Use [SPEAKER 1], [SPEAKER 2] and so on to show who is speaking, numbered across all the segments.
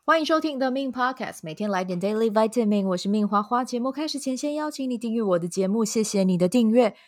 [SPEAKER 1] 欢迎收听 The Min Podcast， 每天来点 Daily Vitamin， 我是命花花。节目开始前，先邀请你订阅我的节目，谢谢你的订阅。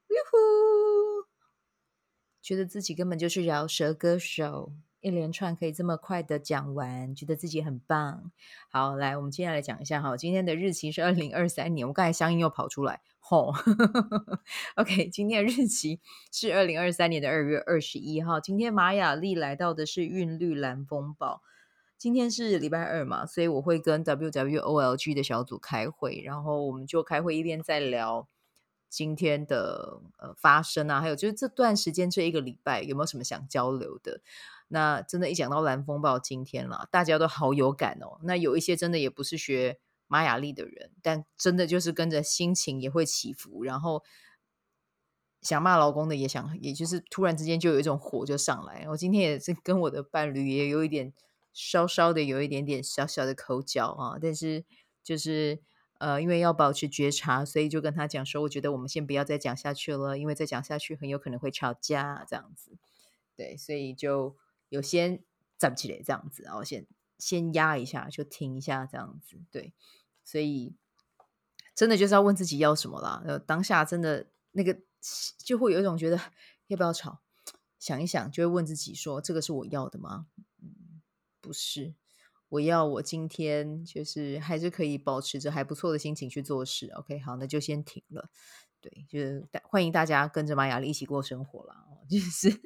[SPEAKER 1] 觉得自己根本就是饶舌歌手，一连串可以这么快的讲完，觉得自己很棒。好，来，我们接下来讲一下哈，今天的日期是2023年，我刚才乡音又跑出来，吼，OK， 今天的日期是2023年的2月21号。今天玛雅历来到的是韵律蓝风暴。今天是礼拜二嘛，所以我会跟 WWOLG 的小组开会，然后我们就开会一边在聊今天的发生啊，还有就是这段时间这一个礼拜有没有什么想交流的。那真的，一讲到蓝风暴今天啦，大家都好有感哦。那有一些真的也不是学玛雅历的人，但真的就是跟着心情也会起伏，然后想骂老公的也就是突然之间就有一种火就上来。我今天也是跟我的伴侣也有一点稍稍的有一点点小小的口角啊，但是就是因为要保持觉察，所以就跟他讲说，我觉得我们先不要再讲下去了，因为再讲下去很有可能会吵架这样子。对，所以就有先站起来这样子，然后先压一下，就停一下这样子。对，所以真的就是要问自己要什么啦。当下真的那个就会有一种觉得要不要吵，想一想就会问自己说，这个是我要的吗？不是。我要我今天就是还是可以保持着还不错的心情去做事。OK， 好，那就先停了。对，就是欢迎大家跟着玛雅历一起过生活啦。就是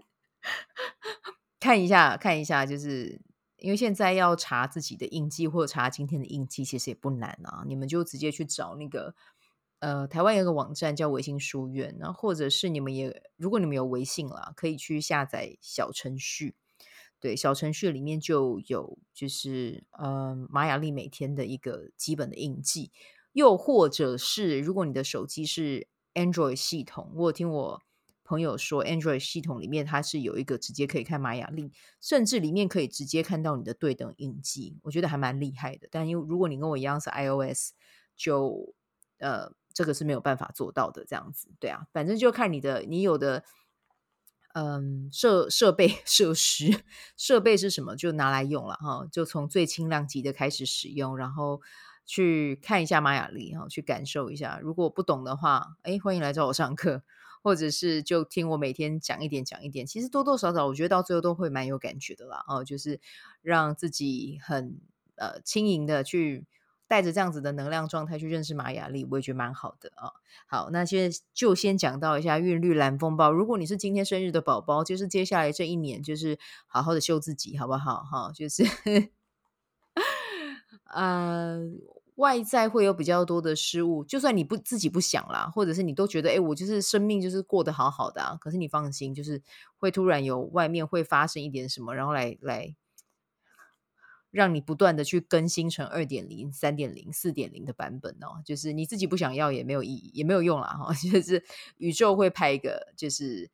[SPEAKER 1] 看一下，就是因为现在要查自己的印记或者查今天的印记，其实也不难啊。你们就直接去找那个台湾有个网站叫微信书院，然后或者是如果你们有微信啦，可以去下载小程序。对，小程序里面就有就是玛雅历每天的一个基本的印记，又或者是如果你的手机是 Android 系统，我有听我朋友说 Android 系统里面它是有一个直接可以看玛雅历，甚至里面可以直接看到你的对等印记，我觉得还蛮厉害的。但因为如果你跟我一样是 iOS，就这个是没有办法做到的这样子。对啊，反正就看你有的设备是什么就拿来用了哈，就从最轻量级的开始使用，然后去看一下玛雅历哈，去感受一下。如果不懂的话，欢迎来找我上课，或者是就听我每天讲一点讲一点。其实多多少少，我觉得到最后都会蛮有感觉的啦。就是让自己很轻盈的去带着这样子的能量状态去认识玛雅历，我也觉得蛮好的啊。好，那现在就先讲到一下韵律蓝风暴。如果你是今天生日的宝宝，就是接下来这一年，就是好好的修自己，好不好？哈，就是呃，外在会有比较多的失误，就算你自己不想啦，或者是你都觉得，我就是生命就是过得好好的啊，可是你放心，就是会突然有外面会发生一点什么，然后来让你不断的去更新成2.0、3.0、4.0的版本哦，就是你自己不想要也没有意义，也没有用啦哈。就是宇宙会派一个就是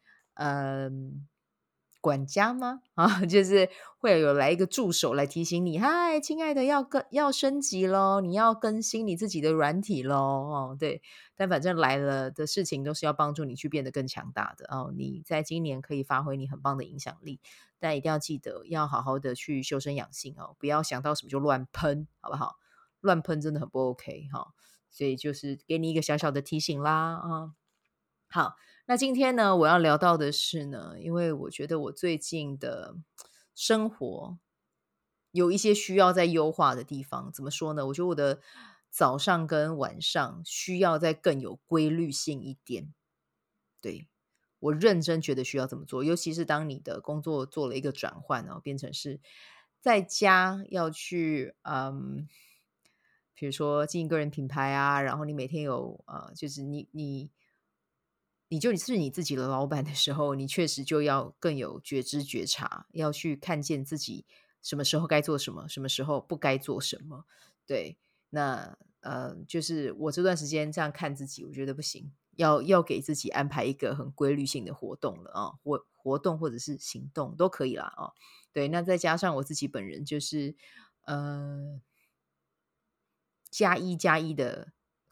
[SPEAKER 1] 管家吗？啊，就是会有来一个助手来提醒你，嗨，亲爱的，要升级咯，你要更新你自己的软体咯。哦，对，但反正来了的事情都是要帮助你去变得更强大的哦。你在今年可以发挥你很棒的影响力，但一定要记得要好好的去修身养性哦，不要想到什么就乱喷，好不好？乱喷真的很不 OK 哈。所以就是给你一个小小的提醒啦啊。好，那今天呢，我要聊到的是呢，因为我觉得我最近的生活有一些需要在优化的地方。怎么说呢？我觉得我的早上跟晚上需要再更有规律性一点。对，我认真觉得需要这么做，尤其是当你的工作做了一个转换哦，变成是在家要去比如说经营个人品牌啊，然后你每天有就是你是你自己的老板的时候，你确实就要更有觉知觉察，要去看见自己什么时候该做什么，什么时候不该做什么。对，那就是我这段时间这样看自己，我觉得不行，要给自己安排一个很规律性的活动了啊，活动或者是行动都可以啦啊。对，那再加上我自己本人就是加一加一的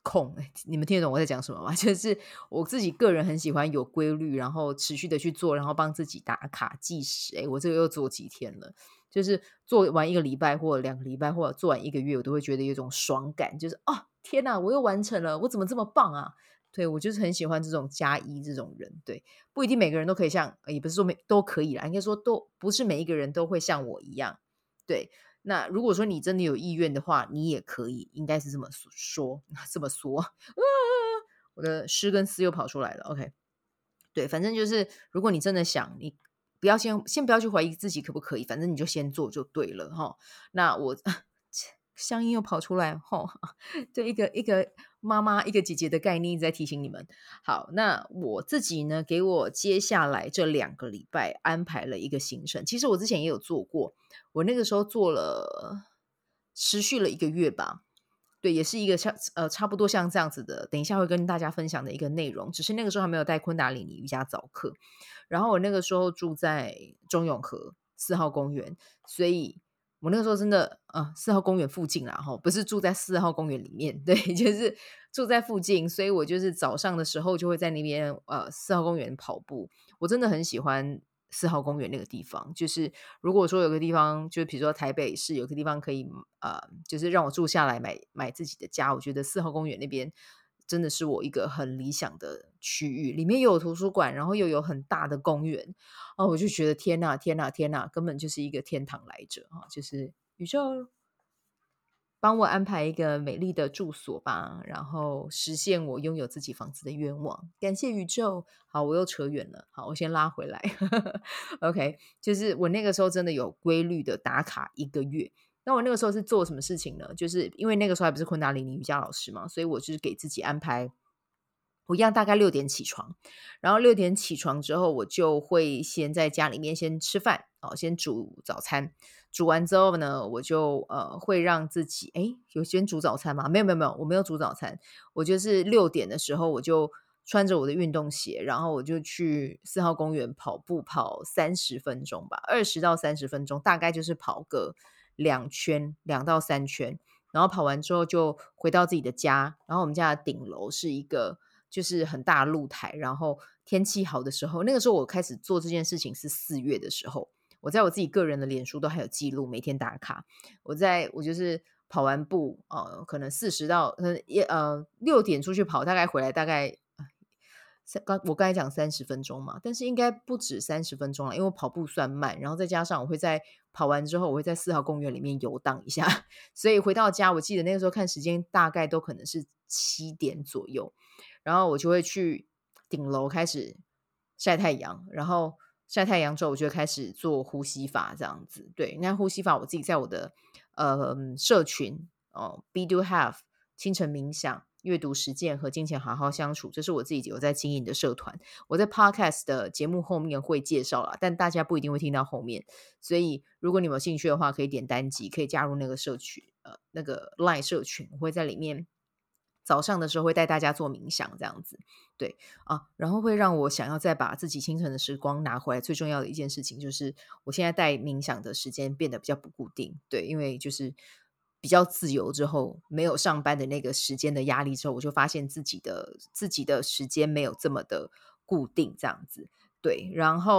[SPEAKER 1] 控，你们听得懂我在讲什么吗？就是我自己个人很喜欢有规律，然后持续的去做，然后帮自己打卡计时。我这个又做几天了，就是做完1个礼拜或者2个礼拜，或者做完1个月，我都会觉得有一种爽感，就是天哪，我又完成了，我怎么这么棒啊？对，我就是很喜欢这种加一这种人。对，不一定每个人都可以像，也不是说都可以啦，应该说都不是每一个人都会像我一样。对，那如果说你真的有意愿的话，你也可以，应该是这么说，这么说。我的诗跟诗又跑出来了。OK，对，反正就是如果你真的想，你不要先不要去怀疑自己可不可以，反正你就先做就对了哈。那我乡音又跑出来哈，对，一个妈妈一个姐姐的概念一直在提醒你们。好，那我自己呢，给我接下来这2个礼拜安排了一个行程。其实我之前也有做过，我那个时候做了持续了1个月吧。对，也是一个像差不多像这样子的，等一下会跟大家分享的一个内容。只是那个时候还没有带昆达里尼瑜伽早课，然后我那个时候住在中永和4号公园，所以我那个时候真的4号公园附近啦，不是住在4号公园里面，对，就是住在附近，所以我就是早上的时候就会在那边4号公园跑步。我真的很喜欢4号公园那个地方，就是如果说有个地方，就比如说台北市有个地方可以就是让我住下来买自己的家，我觉得4号公园那边真的是我一个很理想的区域，里面又有图书馆，然后又有很大的公园。我就觉得天哪天哪天哪，根本就是一个天堂来着就是宇宙帮我安排一个美丽的住所吧，然后实现我拥有自己房子的愿望。感谢宇宙。好，我又扯远了。好，我先拉回来。OK，就是我那个时候真的有规律的打卡1个月。那我那个时候是做什么事情呢？就是因为那个时候还不是昆达里尼瑜伽老师嘛，所以我就是给自己安排，我一样大概6点起床，然后6点起床之后，我就会先在家里面先吃饭先煮早餐。煮完之后呢，我就会让自己有先煮早餐吗？没有没有没有，我没有煮早餐。我就是6点的时候，我就穿着我的运动鞋，然后我就去4号公园跑步，跑30分钟吧，20到30分钟，大概就是跑个2圈2到3圈。然后跑完之后就回到自己的家，然后我们家的顶楼是一个就是很大的露台，然后天气好的时候，那个时候我开始做这件事情是4月的时候，我在我自己个人的脸书都还有记录，每天打卡。我就是跑完步可能40到6点出去跑，大概回来大概我刚才讲30分钟嘛，但是应该不止30分钟了，因为我跑步算慢，然后再加上我会在跑完之后，我会在4号公园里面游荡一下，所以回到家，我记得那个时候看时间大概都可能是7点左右，然后我就会去顶楼开始晒太阳，然后晒太阳之后，我就会开始做呼吸法这样子。对，那呼吸法我自己在我的社群Be Do Have 清晨冥想、阅读实践和金钱好好相处，这是我自己有在经营的社团。我在 Podcast 的节目后面会介绍啦，但大家不一定会听到后面，所以如果你有兴趣的话，可以点单集，可以加入那个社群，那个 Line 社群，我会在里面早上的时候会带大家做冥想这样子。对然后会让我想要再把自己清晨的时光拿回来。最重要的一件事情就是我现在带冥想的时间变得比较不固定，对，因为就是比较自由之后，没有上班的那个时间的压力之后，我就发现自己的时间没有这么的固定这样子。对，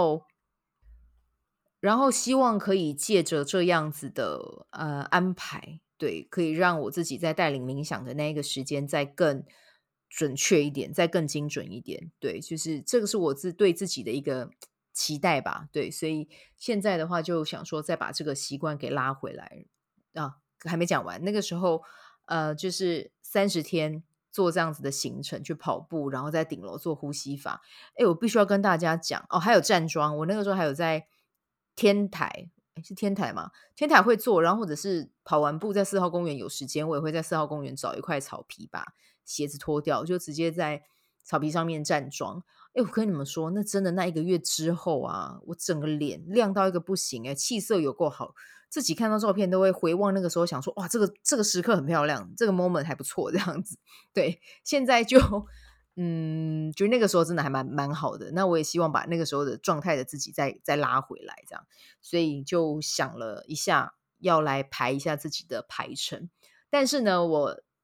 [SPEAKER 1] 然后希望可以借着这样子的安排，对，可以让我自己在带领冥想的那一个时间再更准确一点，再更精准一点。对，就是这个是我对自己的一个期待吧。对，所以现在的话就想说再把这个习惯给拉回来还没讲完。那个时候就是30天做这样子的行程去跑步，然后在顶楼做呼吸法。我必须要跟大家讲还有站桩，我那个时候还有在天台，是天台吗？天台会做，然后或者是跑完步在4号公园有时间，我也会在4号公园找一块草皮，把鞋子脱掉，就直接在草皮上面站桩。我跟你们说，那真的那1个月之后啊，我整个脸亮到一个不行气色有够好，自己看到照片都会回望那个时候，想说哇，这个时刻很漂亮，这个 moment 还不错，这样子。对，现在就觉得那个时候真的还蛮好的。那我也希望把那个时候的状态的自己再拉回来，这样，所以就想了一下，要来排一下自己的排程。但是呢，我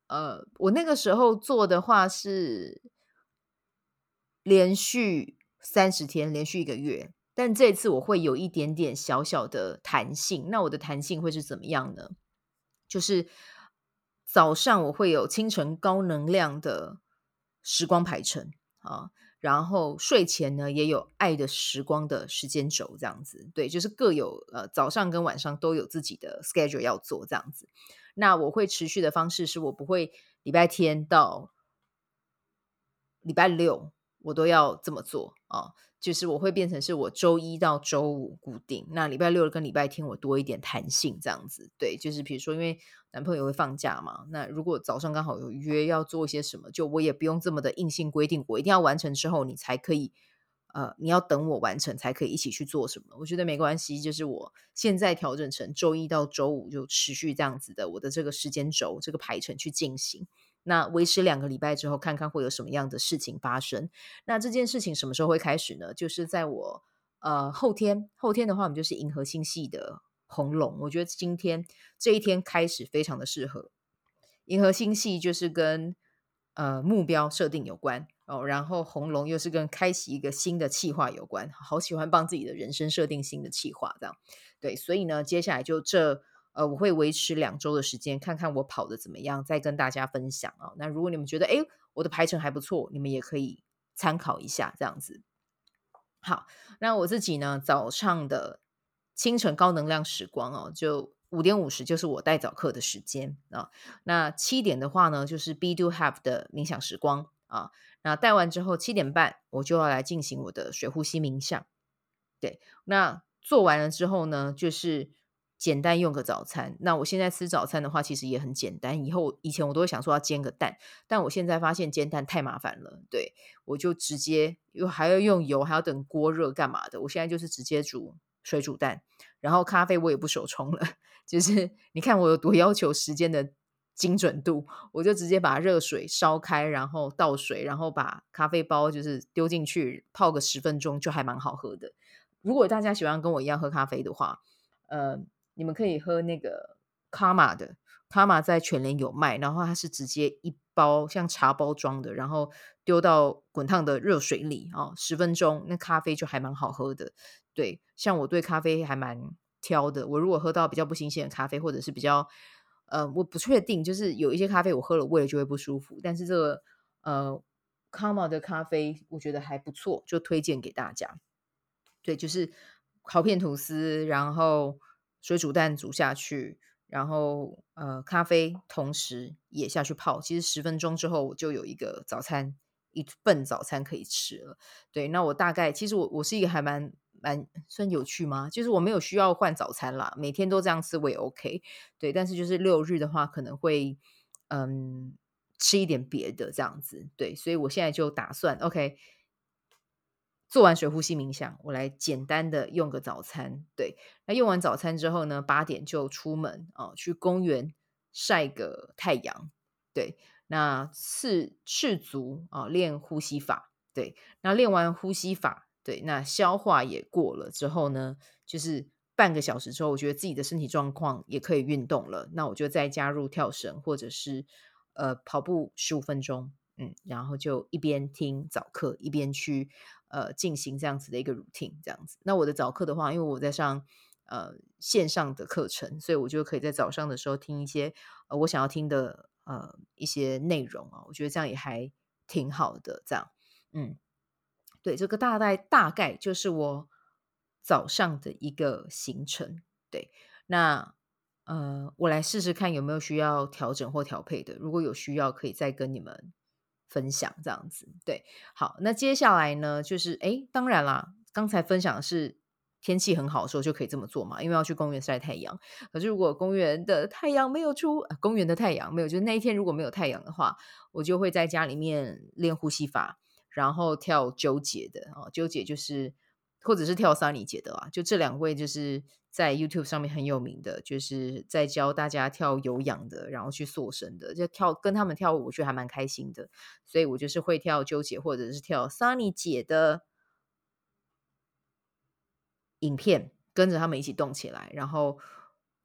[SPEAKER 1] 我那个时候做的话是连续30天，连续1个月，但这次我会有一点点小小的弹性。那我的弹性会是怎么样呢？就是早上我会有清晨高能量的时光排程啊，然后睡前呢也有爱的时光的时间轴，这样子。对，就是各有早上跟晚上都有自己的 schedule 要做这样子。那我会持续的方式是我不会礼拜天到礼拜六我都要这么做啊，就是我会变成是我周一到周五固定，那礼拜六跟礼拜天我多一点弹性这样子。对，就是比如说因为男朋友会放假嘛，那如果早上刚好有约要做一些什么，就我也不用这么的硬性规定，我一定要完成之后你才可以。你要等我完成才可以一起去做什么？我觉得没关系，就是我现在调整成周一到周五就持续这样子的我的这个时间轴、这个排程去进行。那维持2个礼拜之后，看看会有什么样的事情发生。那这件事情什么时候会开始呢？就是在我后天，后天的话，我们就是银河星系的红龙。我觉得今天这一天开始非常的适合。银河星系就是跟目标设定有关哦，然后红龙又是跟开启一个新的计划有关。好喜欢帮自己的人生设定新的计划，这样对。所以呢，接下来就我会维持2周的时间，看看我跑的怎么样，再跟大家分享啊。那如果你们觉得我的排程还不错，你们也可以参考一下这样子。好，那我自己呢，早上的清晨高能量时光哦，就5:50就是我带早课的时间啊。那7点的话呢，就是 Be Do Have 的冥想时光啊。那带完之后7点半我就要来进行我的水呼吸冥想。对，那做完了之后呢，就是简单用个早餐。那我现在吃早餐的话，其实也很简单。以前我都会想说要煎个蛋，但我现在发现煎蛋太麻烦了。对，我就直接还要用油，还要等锅热干嘛的。我现在就是直接煮水煮蛋，然后咖啡我也不手冲了，就是你看我有多要求时间的精准度，我就直接把热水烧开，然后倒水，然后把咖啡包就是丢进去泡个10分钟，就还蛮好喝的。如果大家喜欢跟我一样喝咖啡的话，呃，你们可以喝那个卡玛的，卡玛在全联有卖，然后它是直接一包像茶包装的，然后丢到滚烫的热水里哦10分钟，那咖啡就还蛮好喝的。对，像我对咖啡还蛮挑的，我如果喝到比较不新鲜的咖啡，或者是比较我不确定，就是有一些咖啡我喝了胃就会不舒服，但是这个卡玛的咖啡我觉得还不错，就推荐给大家。对，就是烤片吐司，然后水煮蛋煮下去，然后咖啡同时也下去泡。其实10分钟之后，我就有一份早餐可以吃了。对，那我大概其实我是一个还蛮算有趣吗？就是我没有需要换早餐啦，每天都这样吃我也 OK。对，但是就是6日的话，可能会吃一点别的这样子。对，所以我现在就打算 OK。做完水呼吸冥想，我来简单的用个早餐。对，那用完早餐之后呢8点就出门哦，去公园晒个太阳。对，那赤足啊，练呼吸法。对，那练完呼吸法，对，那消化也过了之后呢，就是半个小时之后，我觉得自己的身体状况也可以运动了，那我就再加入跳绳或者是跑步15分钟。然后就一边听早课，一边去进行这样子的一个 routine 这样子。那我的早课的话，因为我在上线上的课程，所以我就可以在早上的时候听一些我想要听的一些内容啊，我觉得这样也还挺好的。这样，嗯，对，这个大概就是我早上的一个行程。对，那我来试试看有没有需要调整或调配的，如果有需要，可以再跟你们分享这样子。对，好，那接下来呢，就是当然啦，刚才分享的是天气很好的时候就可以这么做嘛，因为要去公园晒太阳。可是如果公园的太阳没有公园的太阳没有，就是那一天如果没有太阳的话，我就会在家里面练呼吸法，然后跳纠结的哦，纠结就是或者是跳萨尼姐的啊，就这2位就是在 YouTube 上面很有名的，就是在教大家跳有氧的，然后去塑身的，就跟他们跳舞，我觉得还蛮开心的。所以我就是会跳纠结或者是跳萨尼姐的影片，跟着他们一起动起来，然后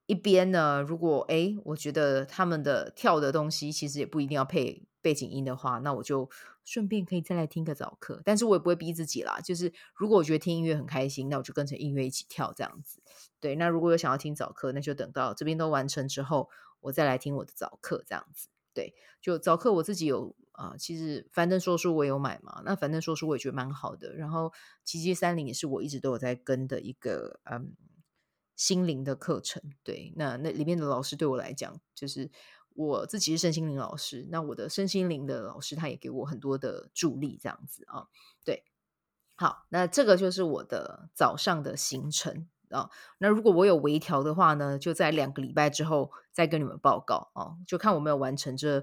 [SPEAKER 1] 一边呢，如果我觉得他们的跳的东西其实也不一定要配背景音的话，那我就顺便可以再来听个早课。但是我也不会逼自己啦，就是如果我觉得听音乐很开心，那我就跟着音乐一起跳这样子。对，那如果有想要听早课，那就等到这边都完成之后，我再来听我的早课这样子。对，就早课我自己有其实樊登说书我有买嘛，那樊登说书我也觉得蛮好的。然后奇迹30也是我一直都有在跟的一个心灵的课程。对，那里面的老师对我来讲，就是我自己是身心灵老师，那我的身心灵的老师他也给我很多的助力，这样子啊。对，好，那这个就是我的早上的行程啊。那如果我有微调的话呢，就在2个礼拜之后再跟你们报告哦，就看我没有完成这，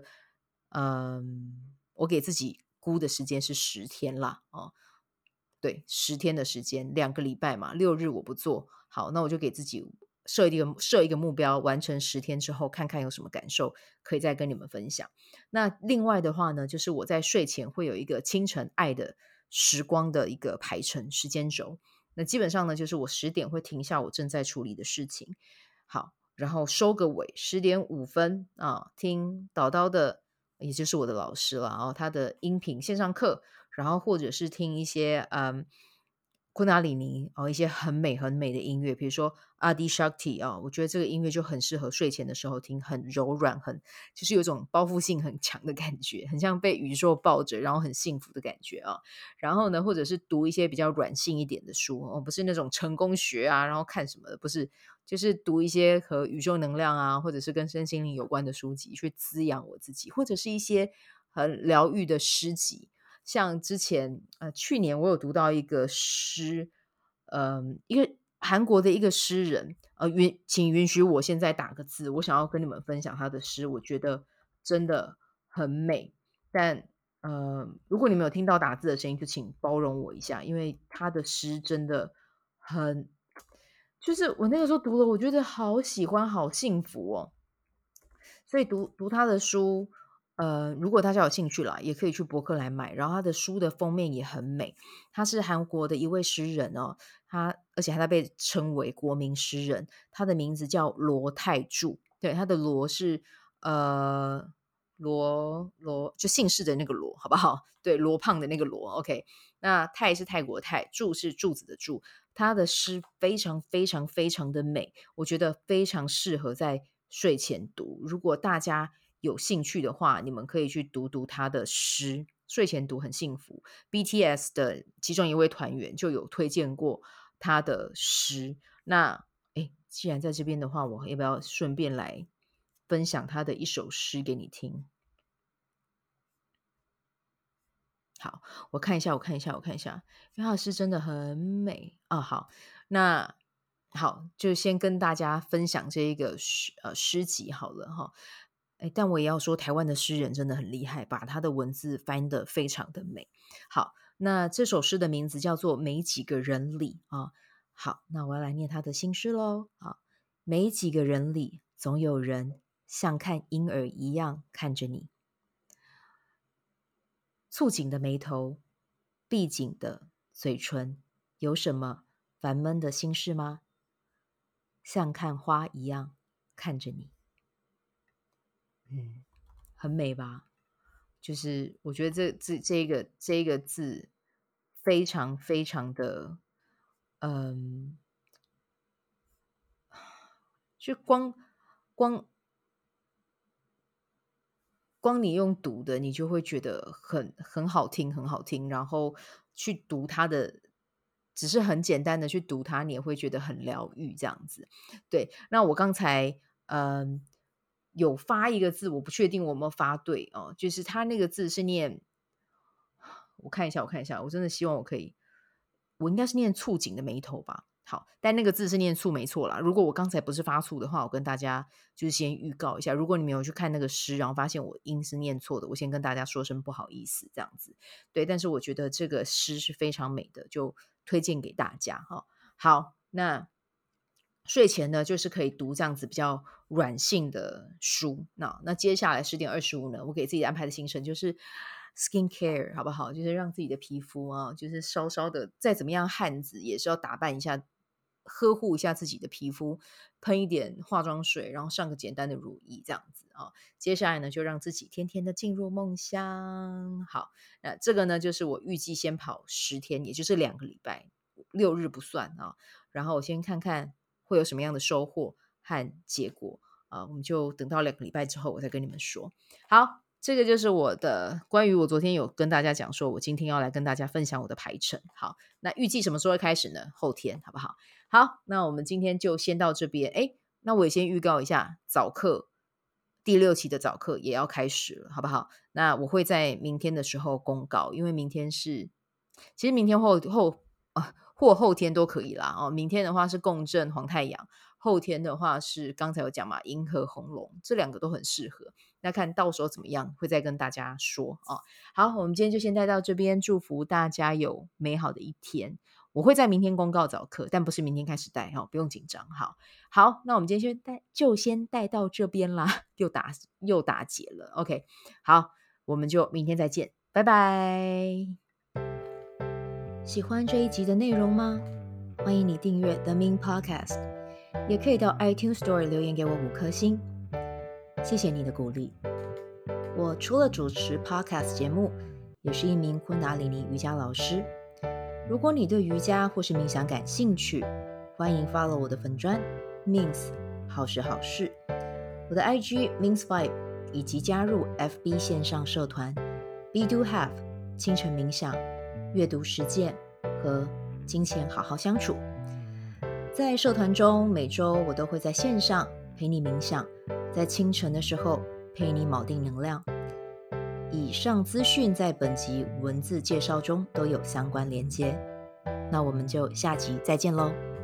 [SPEAKER 1] 我给自己估的时间是10天啦，哦，对，10天的时间2个礼拜嘛6日我不做，好，那我就给自己设一个目标，完成10天之后，看看有什么感受，可以再跟你们分享。那另外的话呢，就是我在睡前会有一个清晨爱的时光的一个排程时间轴。那基本上呢，就是我10点会停下我正在处理的事情，好，然后收个尾10点5分啊，听叨叨的，也就是我的老师了啊，他的音频线上课，然后或者是听一些库纳里尼一些很美很美的音乐，比如说阿迪 Shakti 我觉得这个音乐就很适合睡前的时候听，很柔软，就是有一种包覆性很强的感觉，很像被宇宙抱着，然后很幸福的感觉啊。然后呢，或者是读一些比较软性一点的书不是那种成功学啊，然后看什么的，不是，就是读一些和宇宙能量啊，或者是跟身心灵有关的书籍，去滋养我自己，或者是一些很疗愈的诗集。像之前去年我有读到一个诗，一个韩国的一个诗人，请允许我现在打个字，我想要跟你们分享他的诗，我觉得真的很美。但如果你没有听到打字的声音，就请包容我一下，因为他的诗真的很，就是我那个时候读了，我觉得好喜欢，好幸福哦。所以读他的书，如果大家有兴趣啦，也可以去博客来买。然后他的书的封面也很美，他是韩国的一位诗人哦，而且他被称为国民诗人，他的名字叫罗泰柱。对，他的罗是罗就姓氏的那个罗，好不好？对，罗胖的那个罗。OK，那泰是泰国泰，柱是柱子的柱。他的诗非常非常非常的美，我觉得非常适合在睡前读。如果大家有兴趣的话，你们可以去读读他的诗，睡前读很幸福。BTS 的其中一位团员就有推荐过他的诗。那既然在这边的话，我要不要顺便来分享他的一首诗给你听？好，我看一下，因为他的诗真的很美啊。好，那好，就先跟大家分享这一个诗集好了哈。但我也要说，台湾的诗人真的很厉害，把他的文字翻得非常的美。好，那这首诗的名字叫做《没几个人里》啊。好，那我要来念他的新诗喽。好，没几个人里，总有人像看婴儿一样看着你。蹙紧的眉头，闭紧的嘴唇，有什么烦闷的心事吗？像看花一样看着你，很美吧？就是我觉得这个字非常非常的，嗯，就光光你用读的，你就会觉得很好听，很好听。然后去读它的，只是很简单的去读它，你也会觉得很疗愈，这样子。对，那我刚才有发一个字，我不确定我有没有发对哦，就是它那个字是念，我看一下，我真的希望我可以，我应该是念蹙紧的眉头吧。好，但那个字是念醋没错啦。如果我刚才不是发醋的话，我跟大家就是先预告一下。如果你没有去看那个诗，然后发现我音是念错的，我先跟大家说声不好意思，这样子。对，但是我觉得这个诗是非常美的，就推荐给大家哈。好，那睡前呢，就是可以读这样子比较软性的书。那接下来10点25呢，我给自己安排的行程就是 skin care，好不好？就是让自己的皮肤就是稍稍的再怎么样汉子，也是要打扮一下， 呵护一下自己的皮肤，喷一点化妆水，然后上个简单的乳液这样子啊。接下来呢，就让自己天天的进入梦乡。好，那这个呢，就是我预计先跑10天，也就是2个礼拜，6日不算啊。然后我先看看会有什么样的收获和结果啊，我们就等到2个礼拜之后，我再跟你们说。好，这个就是我的关于我昨天有跟大家讲说，我今天要来跟大家分享我的排程。好，那预计什么时候会开始呢？后天，好不好？好，那我们今天就先到这边。诶，那我也先预告一下，早课第6期的早课也要开始了，好不好？那我会在明天的时候公告，因为明天是，其实明天或后天都可以啦。哦，明天的话是共振黄太阳，后天的话是刚才有讲嘛，银河红龙，这2个都很适合。那看到时候怎么样，会再跟大家说哦。好，我们今天就先带到这边，祝福大家有美好的一天。我会在明天公告早课，但不是明天开始带哦，不用紧张。好，那我们今天先带到这边啦，又打结了。OK，好，我们就明天再见，拜拜。喜欢这一集的内容吗？欢迎你订阅 The Min Podcast， 也可以到 iTunes Store 留言给我5颗星，谢谢你的鼓励。我除了主持 Podcast 节目，也是一名昆达里尼瑜伽老师。如果你对瑜伽或是冥想感兴趣，欢迎 follow 我的粉专 Mins 好时好事，我的 IG Mins Vibe， 以及加入 FB 线上社团 Be Do Have 清晨冥想、阅读实践和金钱好好相处。在社团中，每周我都会在线上陪你冥想，在清晨的时候陪你铆定能量。以上资讯在本集文字介绍中都有相关连接。那我们就下集再见喽。